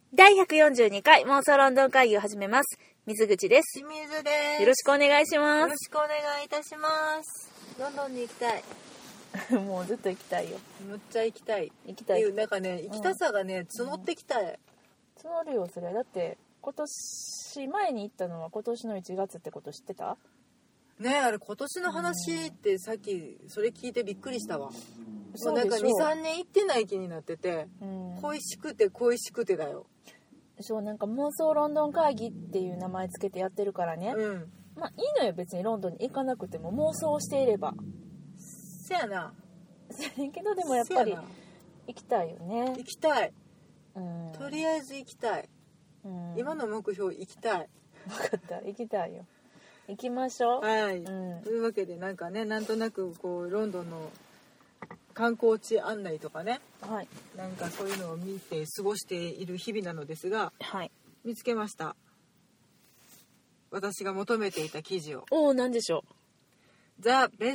第142回妄想ロンドン会議を始めます。水口です。 清水です。 よろしくお願いします。 よろしくお願いいたします。ロンドンに行きたい。 もうずっと行きたいよ。 むっちゃ行きたい。 行きたい。 なんかね、行きたさがね、募ってきたい。 募るよ、それ。だって、今年、前に行ったのは今年の1月ってこと知ってた？ ねえ、あれ今年の話ってさっきそれ聞いてびっくりしたわ。 そうなんかでしょ 2、3年行ってない気になってて、恋しくて恋しくてだよ。 そう、なんか妄想ロンドン会議っていう名前つけてやってるからね。まあいいのよ、別にロンドンに行かなくても妄想していれば。 せやな。 せやけどでもやっぱり行きたいよね。 行きたい。とりあえず行きたい。今の目標行きたい。 分かった、行きたいよ。行きましょう。 はい。というわけでなんかね、なんとなくこうロンドンの観光地案内とかね、 はい、 なんかそういうのを見て過ごしている日々なのですが、 はい、 見つけました。私が求めていた記事を。 おお、なんでしょう。The Best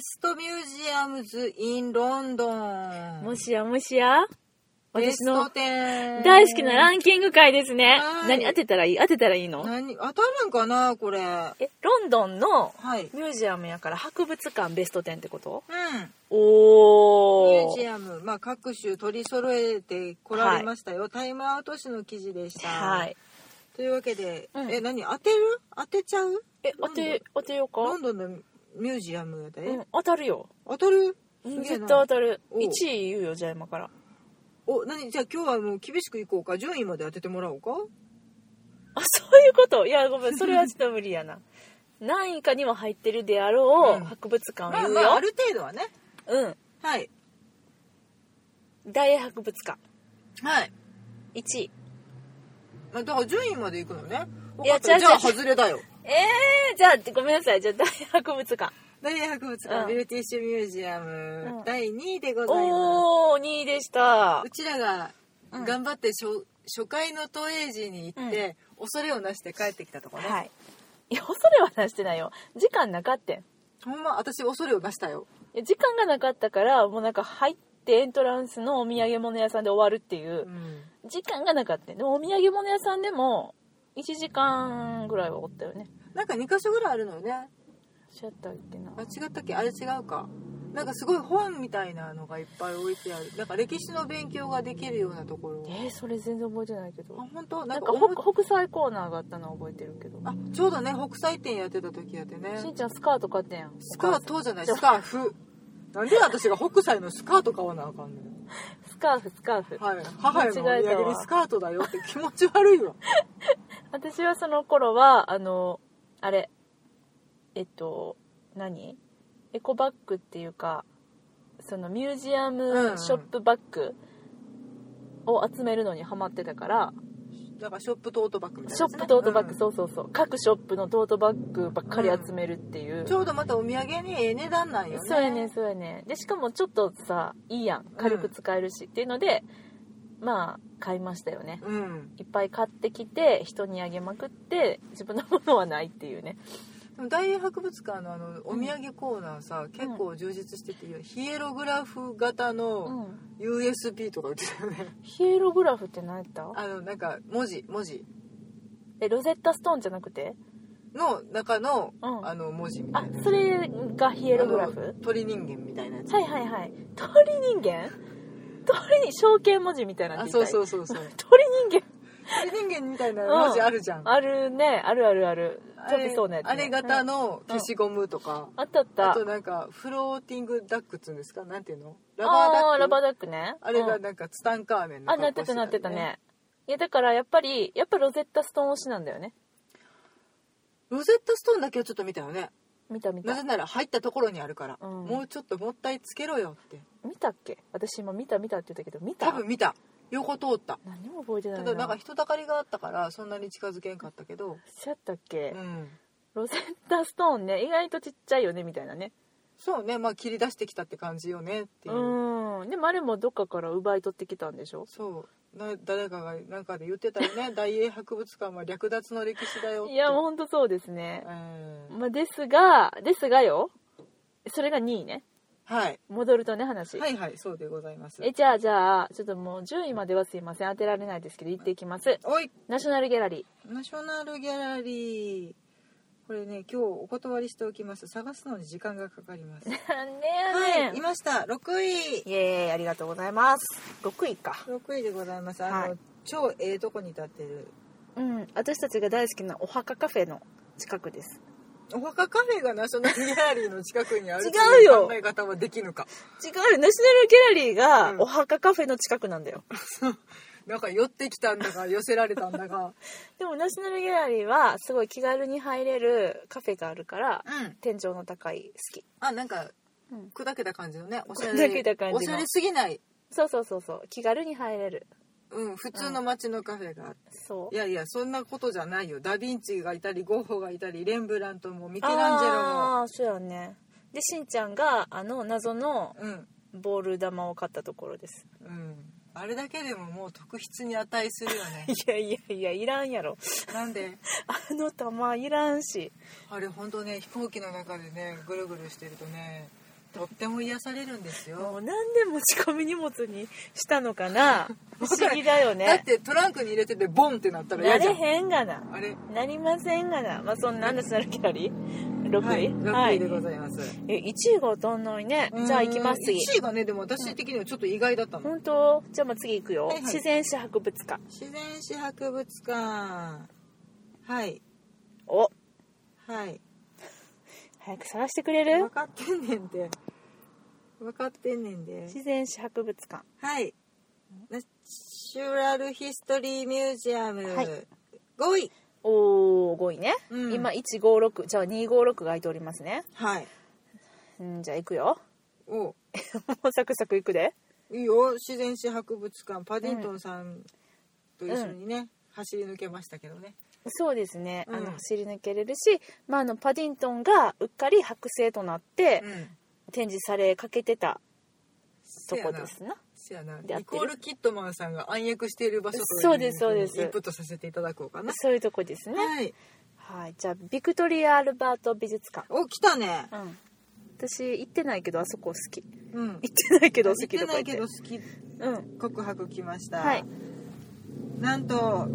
Museums in London。 もしやもしや。私の大好きなランキング会ですね。何当てたらいい？当てたらいいの？ 何当たるんかなこれ。 ロンドンのミュージアムやから博物館ベスト10ってこと？ おー。ミュージアム、まあ各種取り揃えてこられましたよ。はい、タイムアウト紙の記事でした。はい。というわけで、何当てる？当てちゃう？ 当てようか。 ロンドンのミュージアムで。 当たるよ。 当たる？ 絶対当たる。1位言うよ、じゃあ今から。 じゃあ今日はもう厳しくいこうか。順位まで当ててもらおうか。 あ、そういうこと？いや、ごめん、それはちょっと無理やな。何位かには入ってるであろう博物館を言うよ。 まあある程度はね。はい。 大英博物館。 はい。 1位。 だから順位まで行くのね。 いや、 じゃあ外れだよ。 じゃあごめんなさい。じゃあ大英博物館。 大英博物館、ビューティッシュミュージアム、第2位でございます。 おー、2位でした。 うちらが頑張って初回の都営時に行って、恐れをなして帰ってきたとこね。はい。 いや、恐れはなしてないよ。時間なかったん。 ほんま、私恐れをなしたよ。 時間がなかったから、もうなんか入ってエントランスのお土産物屋さんで終わるっていう、時間がなかったん。でもお土産物屋さんでも1時間ぐらいはおったよね。 なんか2カ所ぐらいあるのよね。 違ったっけな。 違ったっけ？あれ違うか。なんかすごい本みたいなのがいっぱい置いてある。なんか歴史の勉強ができるようなところ。 それ全然覚えてないけど。 あ、本当？ なんか北斎コーナーがあったのは覚えてるけど。 あ、ちょうどね、北斎展やってた時やってね。 しんちゃんスカート買ってんやん。 スカートじゃない、スカーフ。なんで私が北斎のスカート買わなあかんねん。 スカーフ。 はい。母へのお土産にスカートだよって気持ち悪いわ。 私はその頃はあれ何？エコバッグっていうか、そのミュージアムショップバッグを集めるのにハマってたから、 だからショップトートバッグみたいな、 ショップトートバッグ、そう各ショップのトートバッグばっかり集めるっていう、 ちょうどまたお土産に値段なんよね。 そうやね。でしかもちょっとさ、いいやん、軽く使えるし、っていうのでまあ買いましたよね。いっぱい買ってきて人にあげまくって自分のものはないっていうね。 大英博物館のお土産コーナーさ、結構充実してて、ヒエログラフ型の USB とか売ってたよね。 ヒエログラフって何やった？ なんか文字ロゼッタストーンじゃなくての中の、文字みたいな。 それがヒエログラフ？ 鳥人間みたいなやつ。 はい鳥人間？象形文字みたいなって言いたい。 そう鳥人間みたいな文字あるじゃん。 あるね、ある飛びそうなやつ、ね、 あれ型の消しゴムとか、 あった。 あとなんかフローティングダックっつうんですか、なんていうの？ ラバーダックね。 あれがなんかツタンカーメンの格好してた、ね。 なってたね。いやだからやっぱロゼッタストーン推しなんだよね。 ロゼッタストーンだけはちょっと見たよね。 見た。 なぜなら入ったところにあるから、もうちょっともったいつけろよって。 見たっけ？私今見たって言ったけど、見た？ 多分見た。横通った。 何も覚えてないな。 ただなんか人だかりがあったからそんなに近づけんかったけど。 そうやったっけ？ロゼッタストーンね、意外とちっちゃいよねみたいなね。 そうね、まあ切り出してきたって感じよねっていう。 でもあれもどっかから奪い取ってきたんでしょ？ そう。誰かがなんかで言ってたよね。大英博物館は略奪の歴史だよって。 いやほんとそうですね。ですがよ、それが2位ね。 はい、 戻るとね話。 はいはい、そうでございます。 じゃあちょっともう10位まではすいません当てられないですけど言っていきます。 おい。 ナショナルギャラリー。ナショナルギャラリー。これね、今日お断りしておきます。探すのに時間がかかります。 ねはい、いました。6位。 イエーイ、ありがとうございます。6位か。 6位でございます。 はい、 超とこに立ってる。 うん、私たちが大好きなお墓カフェの近くです。 お墓カフェがナショナルギャラリーの近くにあるという考え方はできぬか。 違うよ、ナショナルギャラリーがお墓カフェの近くなんだよ。 なんか寄ってきたんだか寄せられたんだか。 でもナショナルギャラリーはすごい気軽に入れるカフェがあるから、うん、天井の高い好き。 なんか、砕けた感じのね、おしゃれ、 砕けた感じのおしゃれすぎない。 そう気軽に入れる。 普通の街のカフェがあって、 そう。 いやそんなことじゃないよ。ダヴィンチがいたりゴッホがいたりレンブラントもミケランジェロも。 そうやね。でしんちゃんが謎のボール球を買ったところです。 あれだけでももう特筆に値するよね。 いやいらんやろ。 なんで球いらんし。 あれ本当ね、飛行機の中でねぐるぐるしてるとね、とっても癒されるんですよ。 もうなんで持ち込み荷物にしたのかな。不思議だよね。 だってトランクに入れててボンってなったら嫌じゃん。 なれへんがな。 あれなりませんがな。まあそんなナショナルギャラリー6位、 はい、6位でございます。 1位が当たんないね。じゃあ行きます次。 1位がね、でも私的にはちょっと意外だったの。 本当？じゃあ次行くよ、はいはい。自然史博物館。 自然史博物館。はい。 お。 はい。 早く探してくれる？ 分かってんねんで。分かってんねんで。 自然史博物館。 はい。ナチュラルヒストリーミュージアム。はい、5位。 5位ね、今156、じゃあ256が空いておりますね。 はい。 じゃあ行くよ。もうサクサク行くで。 いいよ。自然史博物館パディントンさんと一緒にね、走り抜けましたけどね。 そうですね、走り抜けれるし、パディントンがうっかり剥製となって、展示されかけてたとこですな。 ニコール・キットマンさんが暗躍している場所とそうですそうです。 インプットさせていただこうかな。 そういうとこですね。はい、じゃあビクトリア・アルバート美術館。 来たね。 私行ってないけどあそこ好き。行ってないけど好きとか言って。 行ってないけど好き。告白来ました。 はい。 なんと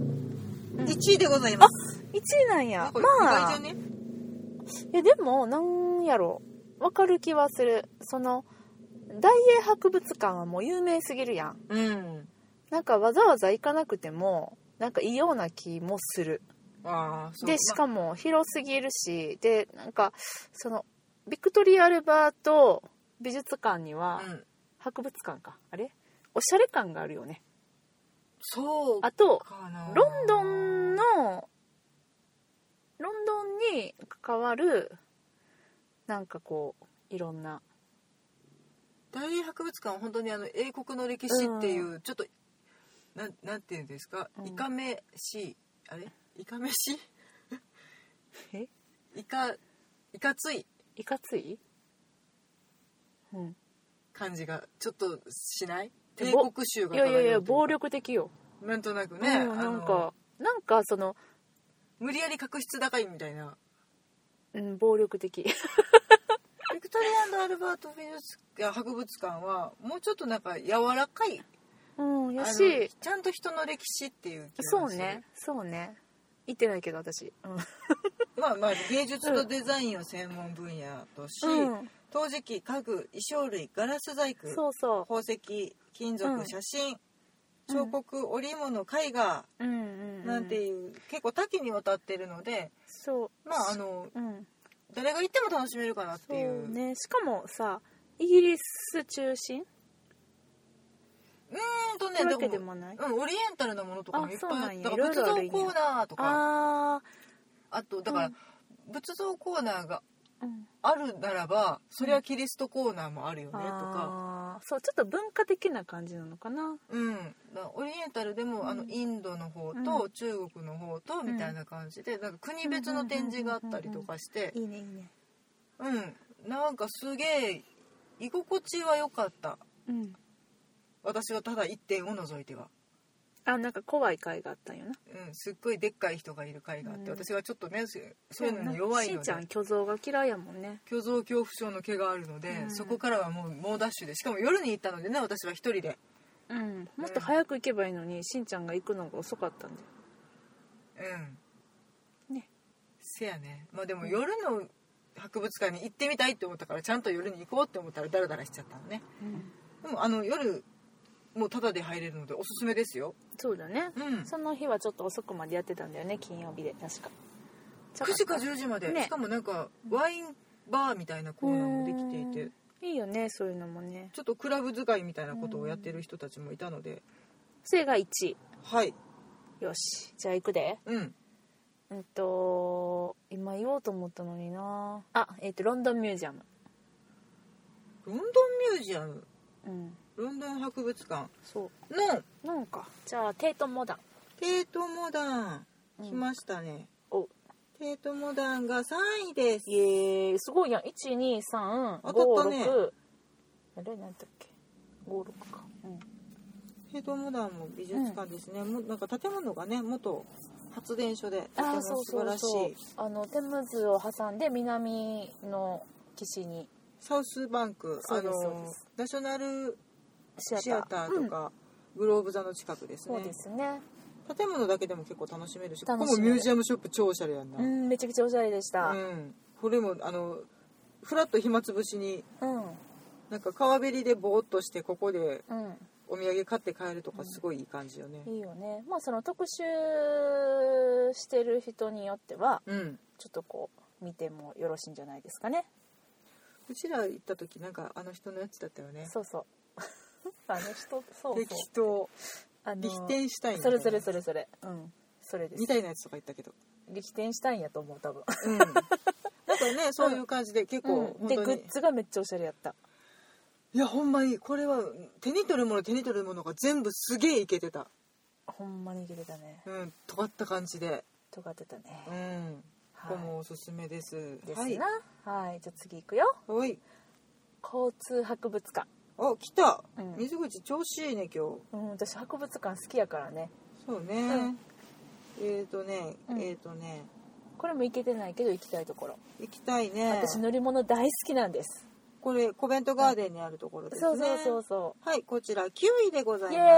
1位でございます。 1位なんや。 まあ。いやでもなんやろ、わかる気はする。大英博物館はもう有名すぎるやん。なんかわざわざ行かなくてもなんかいいような気もする。でしかも広すぎるし、でなんかビクトリア・アルバート美術館には、博物館かあれおしゃれ感があるよね。 そう。 あとロンドンに関わるなんかこういろんな。 大英博物館は本当に英国の歴史っていう、ちょっとなんていうんですか、いかめしあれいかめしいかつい感じがちょっとしない？帝国臭が。 いや暴力的よ。 なんとなくね、 なんか無理やり確執高いみたいな。 暴力的。 ビクトリア・アルバート美術館博物館はもうちょっとなんか柔らかい、 やしちゃんと人の歴史っていう気がする。 そうね言ってないけど私、 まあ芸術とデザインを専門分野とし、陶磁器、家具、衣装類、ガラス細工、宝石、金属、写真、彫刻、織物、絵画なんていう結構多岐にわたってるので、誰が行っても楽しめるかなっていう。 そうね。しかもさ、イギリス中心？ ね、 わけでもない。 オリエンタルなものとかもいっぱいあって、だから仏像コーナーとか、あとだから仏像コーナーがあるならば、そりゃキリストコーナーもあるよねとか。 そうちょっと文化的な感じなのかな。 オリエンタルでもインドの方と中国の方とみたいな感じで、なんか国別の展示があったりとかして、 いいねいいね。 なんかすげえ居心地は良かった。私はただ一点を除いては。 なんか怖い回があったんよな。 すっごいでっかい人がいる回があって、私はちょっとねそういうのに弱いので、 しんちゃん巨像が嫌いやもんね。 巨像恐怖症の毛があるので、そこからはもうダッシュで、しかも夜に行ったのでね、私は一人で、 もっと早く行けばいいのに、しんちゃんが行くのが遅かったんで。ね。 せやね。まあでも夜の博物館に行ってみたいって思ったから、ちゃんと夜に行こうって思ったらダラダラしちゃったのね。でも夜もうタダで入れるのでおすすめですよ。 そうだね、その日はちょっと遅くまでやってたんだよね、金曜日で。確か 9時か10時まで、ね、しかもなんかワインバーみたいなコーナーもできていて、 いいよね、そういうのもね。 ちょっとクラブ使いみたいなことをやってる人たちもいたので、 それが1位。 はい、 よし、じゃあ行くで。今言おうと思ったのにな。ロンドンミュージアム。 ロンドンミュージアム、ロンドン博物館、 そうなんか。じゃあテートモダン来ましたね。テートモダンが3位です。 すごいやん。12356、あれなんだっけ、56か。 テートモダンも美術館ですね。なんか建物がね、元発電所でとても素晴らしい。 テムズを挟んで南の岸にサウスバンク、ナショナルシアターとか、グローブ座の近くですね。 そうですね。 建物だけでも結構楽しめるし、ここもミュージアムショップ超おしゃれやんな。 めちゃくちゃおしゃれでした。 これもフラッと暇つぶしに、なんか川べりでぼーっとしてここでお土産買って帰るとか、すごいいい感じよね。 いいよね。まあその特集してる人によっては、ちょっとこう見てもよろしいんじゃないですかね。 うちら行った時なんかあの人のやつだったよね。 そう適当リヒテンシュタイン、 それそれそれですみたいなやつとか言ったけど、 リヒテンシュタインやと思う多分。 なんかね、そういう感じで結構、 でグッズがめっちゃおしゃれやった。 いやほんまにこれは手に取るものが全部すげえイケてた。 ほんまにイケてたね。 尖った感じで。 尖ってたね。 ここもおすすめです。 ですな。はい、じゃあ次行くよ。 はい。 交通博物館。 来た。水口調子いいね今日。 私博物館好きやからね。 そうね。 これも行けてないけど行きたいところ。 行きたいね。 私乗り物大好きなんです。 これコベントガーデンにあるところですね。 そう。 はい、こちら9位でございます。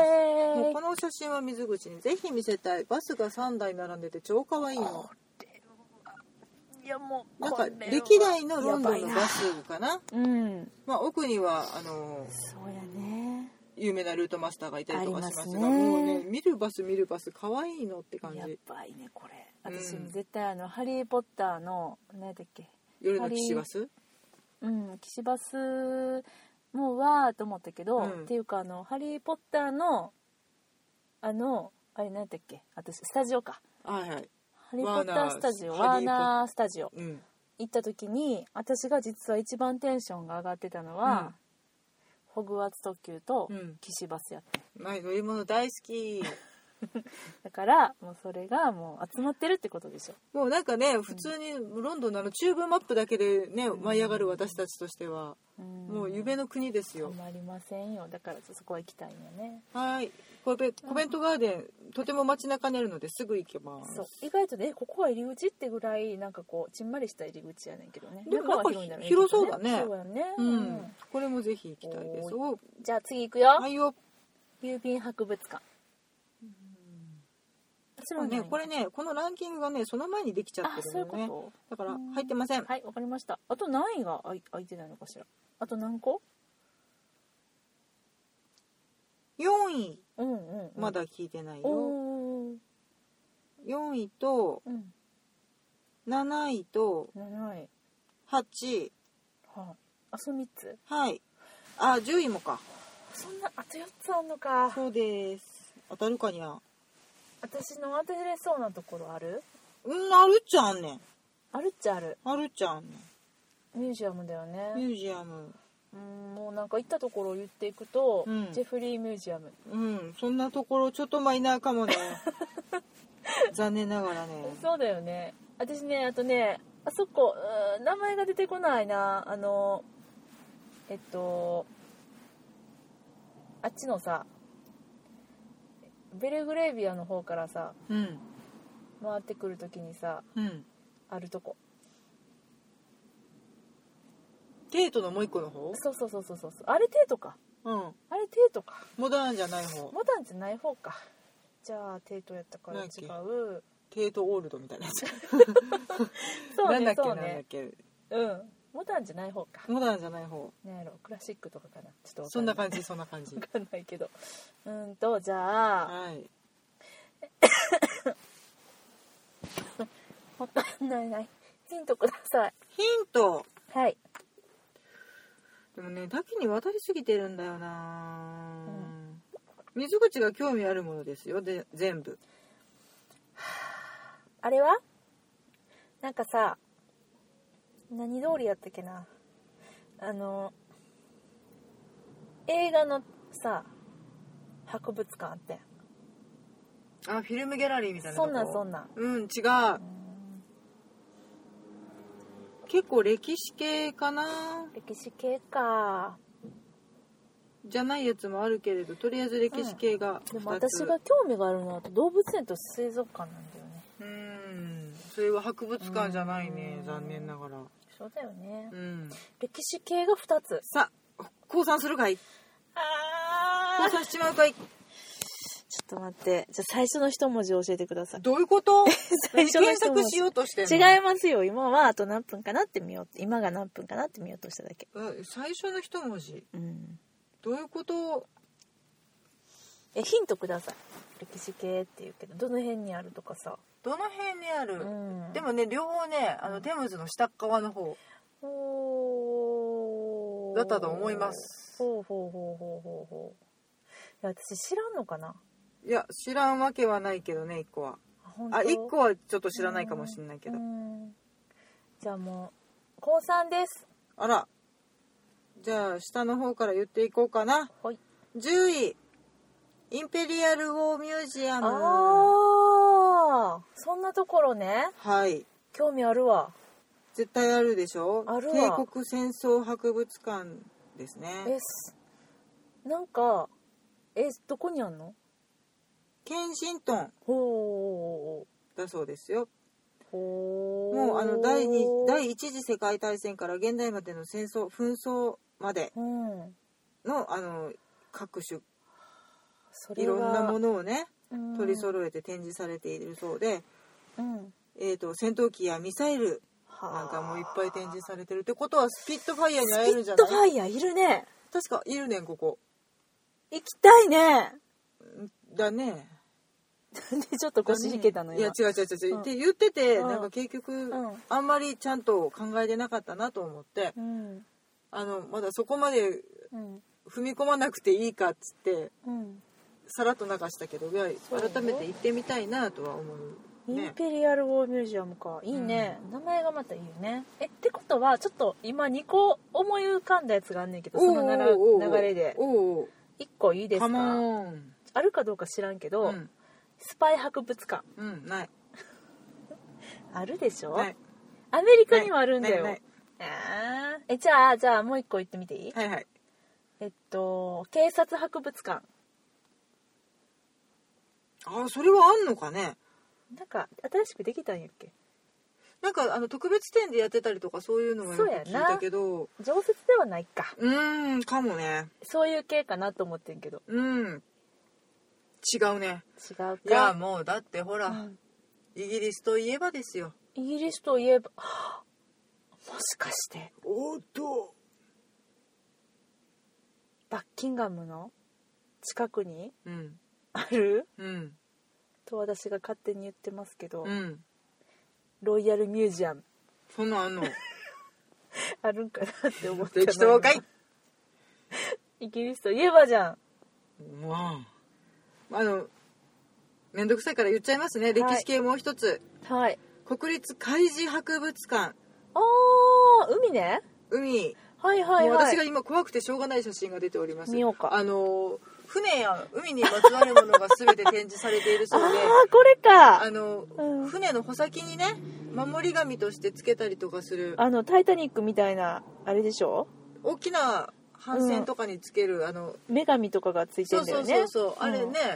もうこの写真は水口にぜひ見せたい。バスが3台並んでて超可愛いの。 いやもうなんか歴代のロンドンのバスかな。まあ奥にはそうやね。 有名なルートマスターがいたりとかしますが、もうね見るバス可愛いのって感じ。 やばいねこれ。私も絶対ハリーポッターの何だっけ。 夜の騎士バス？ 騎士バスもわーと思ったけど、っていうかハリーポッターのあれ何だっけ、私スタジオか。 はいはい。 ハリーポッタースタジオ、ワーナースタジオ、行った時に私が実は一番テンションが上がってたのは、ホグワーツ特急と騎士バスやって。 乗り物大好き。 だからもうそれがもう集まってるってことでしょ。 もうなんかね、普通にロンドンの中部マップだけでね、舞い上がる私たちとしては、もう夢の国ですよ。 たまりませんよ。だからそこは行きたいんよね。 はい。コベントガーデン、とても街中にあるのですぐ行けます。 そう、意外とね、ここは入り口ってぐらいなんかこうちんまりした入り口やねんけどね。 でもなんか広そうだね。 そうやね。 これもぜひ行きたいです。 じゃあ次行くよ。はいよ。郵便博物館。 これね、このランキングがね、その前にできちゃってるのね。だから入ってません。 はい、わかりました。あと何位が空いてないのかしら。あと何個 ？4位。まだ聞いてないよ。4位と7位と8位。 そう3つ。 はい。10位もか。 そんなあと4つあんのか。 そうです。当たるかにゃ。 私の当てれそうなところある？ あるっちゃあんねん。 あるっちゃある。 あるっちゃあんねん。ミュージアムだよね。 ミュージアム。 もうなんか行ったところを言っていくと、ジェフリーミュージアム。 そんなところちょっとマイナーかもね。残念ながらね。 そうだよね。私ね、あとね、あそこ、名前が出てこないな。あっちのさ、 ベルグレービアの方からさ、 うん、 回ってくる時にさ、 うん、 あるとこ、 テートのもう一個の方？ そうあれテートか、 うん、 あれテートか、 モダンじゃない方。 モダンじゃない方か。じゃあテートやったから違う。 テートオールドみたいなやつそうね、 なんだっけ、 そうね、 なんだっけ。 うん、モダンじゃない方か。 モダンじゃない方。 なんやろ、クラシックとかかな。ちょっとそんな感じ、そんな感じ。 わかんないけど。じゃあ、 はい。 わかんない。ヒントください。 ヒント。 はい。 でもね、多岐にわたりすぎてるんだよな、水口が興味あるものですよ、で全部。 あれはなんかさ、何通りやったっけな、映画のさ博物館あってん。 あ、フィルムギャラリーみたいなとこ。 そんなんうん、違う。結構歴史系かな。 歴史系か。 じゃないやつもあるけれど、とりあえず歴史系が2つ、 でも私が興味があるのは動物園と水族館なんだよね。 それは博物館じゃないね、残念ながら。 そうだよね、 歴史系が2つ。 さあ、降参するかい？降参しちまうかい？ ちょっと待って、じゃあ最初の一文字を教えてください。 どういうこと？ 最初の一文字検索しようとしてんの？ 違いますよ。今はあと何分かなって見ようって、今が何分かなって見ようとしただけ。 最初の一文字、どういうこと？ ヒントください。歴史系っていうけど、どの辺にあるとかさ。 どの辺にある？でもね、両方ね、テムズの下側の方だったと思います。 ほう。いや、私知らんのかな？ いや、知らんわけはないけどね、1個は。1個はちょっと知らないかもしれないけど。 じゃあもう高3です。 あら、じゃあ下の方から言っていこうかな。 はい。 10位、インペリアル・ウォー・ミュージアム。 そんなところね。 はい。 興味あるわ。 絶対あるでしょ。 あるわ。 帝国戦争博物館ですね。 なんかどこにあんの？ ケンシントンだそうですよ。もう第一次世界大戦から現代までの戦争紛争までの各種いろんなものをね取り揃えて展示されているそうで、戦闘機やミサイルなんかもいっぱい展示されてるってことは、スピットファイヤーに会えるんじゃない？ スピットファイヤーいるね。 確かいるねん、ここ。 行きたいね。 だね。 でちょっと腰引けたのよ。 いや違うって言ってて、なんか結局、あんまりちゃんと考えてなかったなと思って、まだそこまで踏み込まなくていいかっつって、さらっと流したけど、改めて行ってみたいなとは思う。 インペリアル・ウォー・ミュージアムか。いいね、名前がまたいいよね。ってことはちょっと今2個思い浮かんだやつがあんねんけど、その流れで1個いいですか？あるかどうか知らんけど、スパイ博物館。 ない。あるでしょ？ ない。 アメリカにもあるんだよ。 ない。 じゃあもう1個言ってみていい？ はいはい。 警察博物館。 それはあんのかね。 なんか新しくできたんやっけ。 なんか特別展でやってたりとかそういうのもよく聞いたけど、 常設ではないか。 かもね。 そういう系かなと思ってんけど。 違うね。 違うか。 いやもうだってほら、イギリスといえばですよ。 イギリスといえば、もしかしておっと、 バッキンガムの近くにある、と私が勝手に言ってますけど、ロイヤルミュージアム。 そんなんあんの？ あるんかなって思って適当かい。 イギリスといえばじゃん。 めんどくさいから言っちゃいますね。歴史系もう一つ。 はい。 国立海事博物館。 海ね。 海。 はい。 もう私が今怖くてしょうがない写真が出ております。 見ようか。 船や海にまつわるものが全て展示されているそうで。 これか。 船の穂先にね、守り神としてつけたりとかする。 タイタニックみたいなあれでしょ？ 大きな帆船とかにつける女神とかがついてるんだよね。 そう、あれね。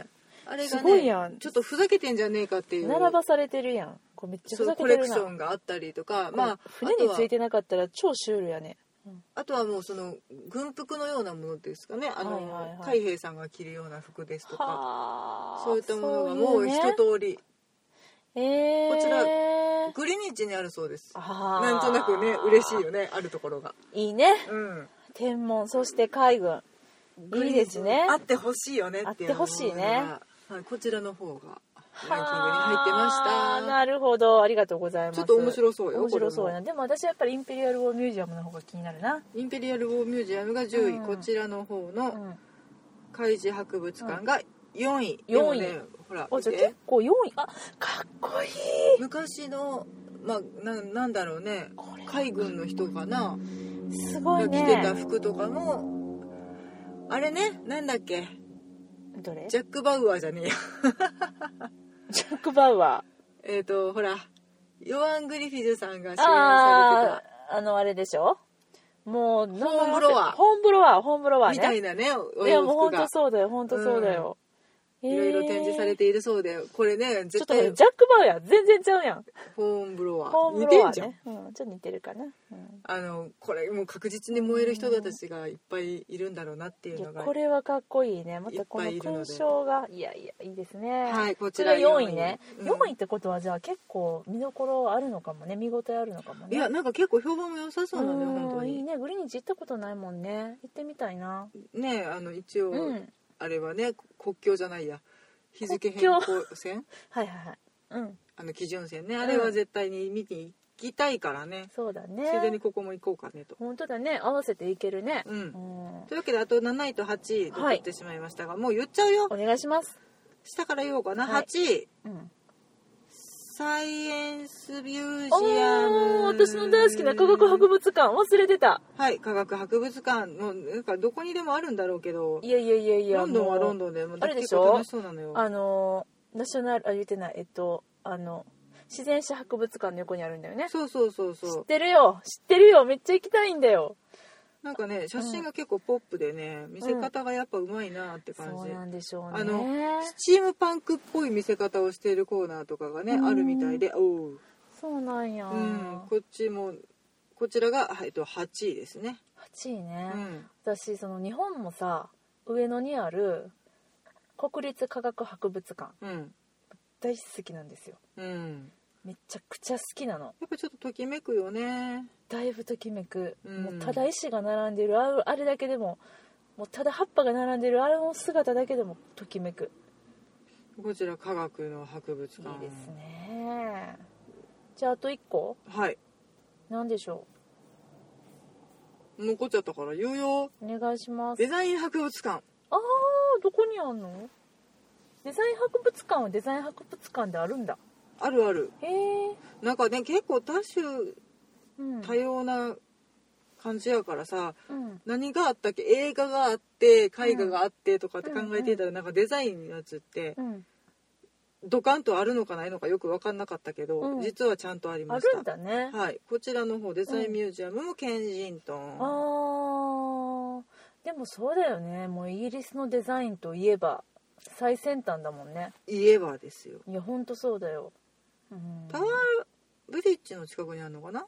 あれがねすごいやん。 ちょっとふざけてんじゃねえかっていう並ばされてるやん。これめっちゃふざけてるな。 コレクションがあったりとか、まあ船についてなかったら超シュールやね。 あとはもうその軍服のようなものですかね、海兵さんが着るような服ですとか、そういったものがもう一通り、こちらグリニッジにあるそうです。なんとなくね嬉しいよね、あるところがいいね、天文、そして海軍、いいですね。 あってほしいよねっていうのが、 あってほしいね。 こちらの方がランキングに入ってました。 なるほど、ありがとうございます。 ちょっと面白そうよ。 面白そうやな。でも私はやっぱりインペリアルウォーミュージアムの方が気になるな。 インペリアルウォーミュージアムが10位、こちらの方の海事博物館が4位。 4位、 ね、ほらじゃ結構4位、かっこいい。 昔のなんだろうね、海軍の人かな、 すごいね、 着てた服とかもあれね、なんだっけ、 どれ？ ジャック・バウアーじゃねえやジャック・バウアー、ほらヨアン・グリフィズさんが主演されてたあれでしょ、もうホーンブロワー、ね、みたいなね、 いやもう本当そうだよ、本当そうだよ、 いろいろ展示されているそうで、これね絶対ちょっとジャック・バウアー全然ちゃうやん。 ホーンブロワー似てんじゃん、ちょっと似てるかな、 これもう確実に燃える人たちがいっぱいいるんだろうなっていうのが、 これはかっこいいね。またこの勲章がいいいですね。 はい、こちら 4位ね、4位ってことはじゃあ結構見どころあるのかもね、見応えあるのかもね。 いやなんか結構評判も良さそうなんだよ、本当に。 いいね。グリニッジ行ったことないもんね、行ってみたいな。 ね、一応、あれはね、国境じゃないや、日付変更線はいはいはい、 基準線ね、あれは絶対に見に行きたいからね。 そうだね、 ついでにここも行こうかねと。 本当だね、合わせていけるね。 というわけであと7位と8位残ってしまいましたが、もう言っちゃうよ。 お願いします。 下から言おうかな。8位、サイエンスミュージアム。 私の大好きな科学博物館、忘れてた。 はい、科学博物館のなんかどこにでもあるんだろうけど、 いやロンドンはロンドンでもあれでしょ、 楽しそうなのよ。 ナショナル言ってない、自然史博物館の横にあるんだよね。 そう知ってるよ、めっちゃ行きたいんだよ。 なんかね、写真が結構ポップでね、見せ方がやっぱうまいなって感じ。 そうなんでしょうね。 スチームパンクっぽい見せ方をしているコーナーとかがね、あるみたいで、 そうなんや。 こちらが、8位ですね。 8位ね。私その日本もさ、上野にある国立科学博物館、大好きなんですよ。めちゃくちゃ好きなの。やっぱちょっとときめくよね。 だいぶときめく。もうただ石が並んでるあれだけでも、もうただ葉っぱが並んでるあれの姿だけでもときめく。 こちら科学の博物館。 いいですね。じゃああと1個。 はい。 なんでしょう。残っちゃったから言うよ。 お願いします。 デザイン博物館。 どこにあんの？デザイン博物館はデザイン博物館であるんだ。 あるある。 へえ。 なんかね、結構多種多様な感じやからさ、何があったっけ、映画があって絵画があってとかって考えていたら、なんかデザインのやつって、ドカンとあるのかないのかよく分かんなかったけど、実はちゃんとありました。 あるんだね。 はい、こちらの方デザインミュージアムもケンジントン。 でもそうだよね、もうイギリスのデザインといえば最先端だもんね。 言えばですよ。 いやほんとそうだよ。 タワーブリッジの近くにあるのかな。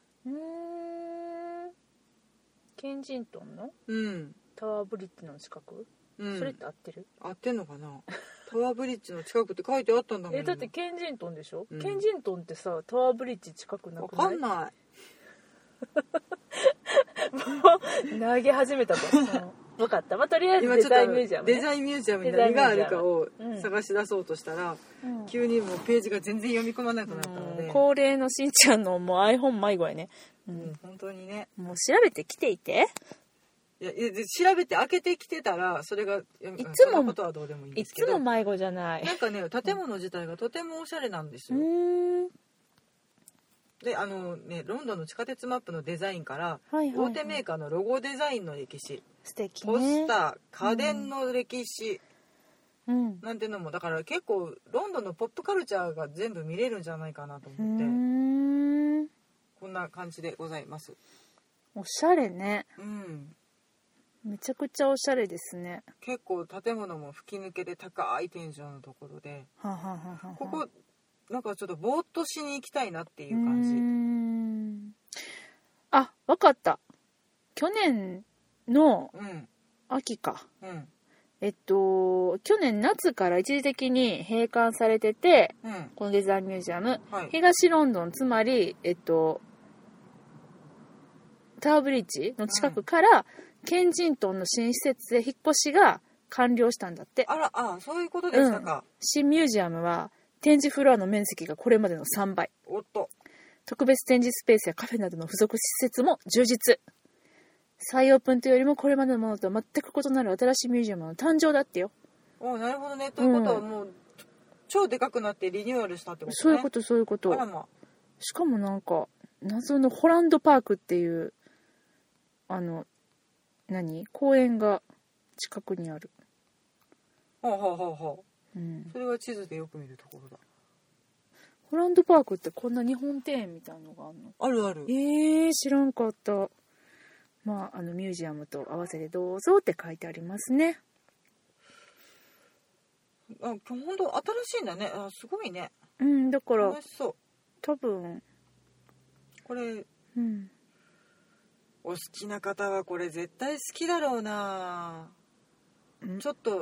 ケンジントンの、タワーブリッジの近く、それって合ってる？ 合ってんのかな。タワーブリッジの近くって書いてあったんだもん。 だってケンジントンでしょ、ケンジントンってさタワーブリッジ近くなくない？ 分かんないもう投げ始めたと。分かった、とりあえずデザインミュージアム、 デザインミュージアムに何があるかを探し出そうとしたら、急にもうページが全然読み込まなくなったので、 恒例のしんちゃんのもう iPhone 迷子やね。 本当にね、 もう調べてきていて。 いや調べて開けてきてたらそれがいつもことはどうでもいいんですけど、 いつも迷子じゃない。 なんかね、建物自体がとてもおしゃれなんですよ。でロンドンの地下鉄マップのデザインから、大手メーカーのロゴデザインの歴史、 素敵ね、 ポスター、家電の歴史、なんていうのもだから結構ロンドンのポップカルチャーが全部見れるんじゃないかなと思って、こんな感じでございます。 おしゃれね。 めちゃくちゃおしゃれですね。 結構建物も吹き抜けで高い天井のところで、ここなんかちょっとぼーっとしに行きたいなっていう感じ。あ、わかった。去年の秋か。去年夏から一時的に閉館されてて、このデザインミュージアム、東ロンドン、つまりタワーブリッジの近くから、ケンジントンの新施設へ引っ越しが完了したんだって。 そういうことでしたか。 新ミュージアムは展示フロアの面積がこれまでの3倍。特別展示スペースやカフェなどの付属施設も充実。再オープンというよりもこれまでのものとは全く異なる新しいミュージアムの誕生だってよ。 なるほどね。ということはもう、超でかくなってリニューアルしたってことね。 そういうことそういうこと。しかもなんか謎のホランドパークっていう公園が近くにある。 それは地図でよく見るところだ。 ホランドパークってこんな日本庭園みたいなのがあるの？ あるある。 知らんかった。ミュージアムと合わせてどうぞって書いてありますね。 ほんと新しいんだね。すごいね。 だから楽しそう。 多分これ、お好きな方はこれ絶対好きだろうな。ちょっと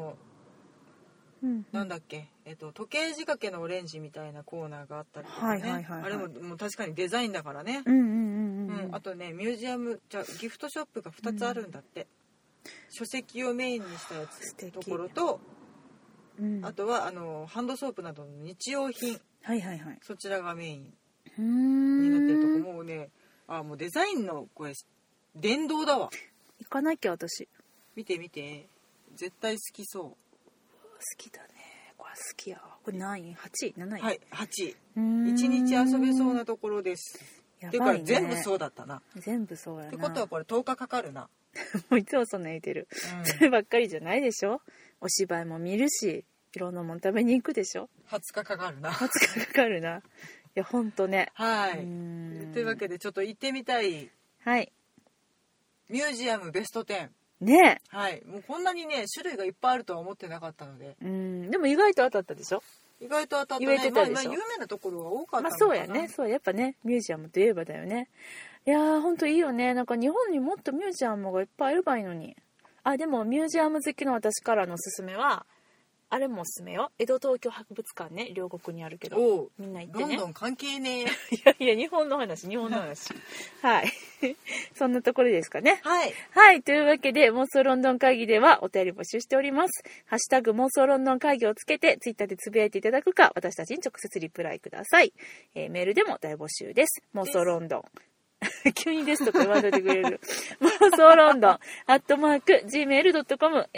なんだっけ、時計仕掛けのオレンジみたいなコーナーがあったりとかね。あれも確かにデザインだからね。あとね、ミュージアムギフトショップが2つあるんだって。書籍をメインにしたやつところと、あとはハンドソープなどの日用品、そちらがメインになってるとこ。もうね、もうデザインのこれ殿堂だわ。 行かなきゃ私。 見て絶対好きそう。好きだね。これ好きや。これ何位？ 8位？ 7位？ はい、8位。1日遊べそうなところです。っていうか全部そうだったな。 全部そうやな。 ってことはこれ10日かかるな。 もういつもそんな言ってる。そればっかりじゃないでしょ。お芝居も見るし、いろんなもん食べに行くでしょ。 20日かかるな。 20日かかるな。いやほんとね。 はい。というわけでちょっと行ってみたい。 はい。 ミュージアムベスト10。 ね。 はい。もうこんなにね種類がいっぱいあるとは思ってなかったので。 でも意外と当たったでしょ。 意外と当たったね。 言えてたでしょ。 有名なところが多かったのかな。 そうやね。そうやっぱねミュージアムといえばだよね。いやーほんといいよね。なんか日本にもっとミュージアムがいっぱいあればいいのに。でもミュージアム好きの私からのおすすめはあれもおすすめよ。江戸東京博物館ね、両国にあるけどみんな行ってね。 ロンドン関係ねいや日本の話はいそんなところですかね。 はい、 というわけで妄想ロンドン会議ではお便り募集しております。ハッシュタグ妄想ロンドン会議をつけてツイッターでつぶやいていただくか、私たちに直接リプライください。メールでも大募集です。妄想ロンドン急にですとか言わせてくれる妄想ロンドン@gmail.com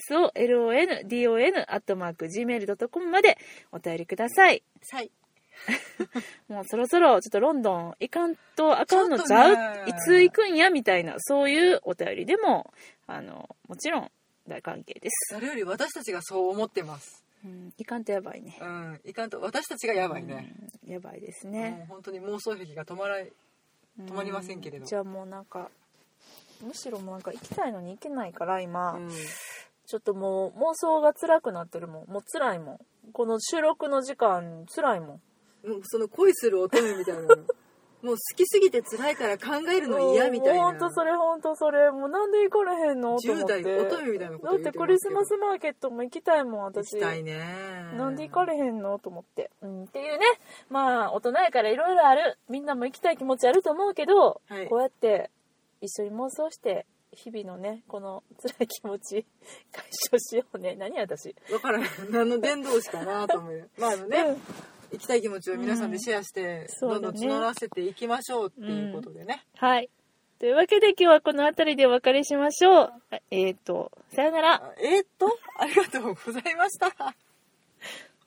mosolondon@gmail.com までお便りください。もうそろそろちょっとロンドン行かんとあかんのちゃう、いつ行くんやみたいな、そういうお便りでももちろん大歓迎です。 誰より私たちがそう思ってます。 いかんとやばいね。 いかんと私たちがやばいね。 やばいですね。 もう本当に妄想癖が止まりませんけれど。 じゃあもうなんかむしろもうなんか行きたいのに行けないから今、ちょっともう妄想が辛くなってるもん。もう辛いもん。この収録の時間辛いもん。 その恋する乙女みたいなのもう好きすぎて辛いから考えるの嫌みたいな。 ほんとそれもうなんで行かれへんのと思って。 10代乙女みたいなこと言ってますけど。 だってクリスマスマーケットも行きたいもん私。 行きたいね。 なんで行かれへんのと思って、っていうね。大人やからいろいろある、みんなも行きたい気持ちあると思うけど、こうやって一緒に妄想して日々のねこの辛い気持ち解消しようね。何私分からない何の伝道師かなと思う行きたい気持ちを皆さんでシェアして、どんどん募らせていきましょうっていうことでね。 はい。というわけで今日はこの辺りでお別れしましょう。さよなら。 ありがとうございました。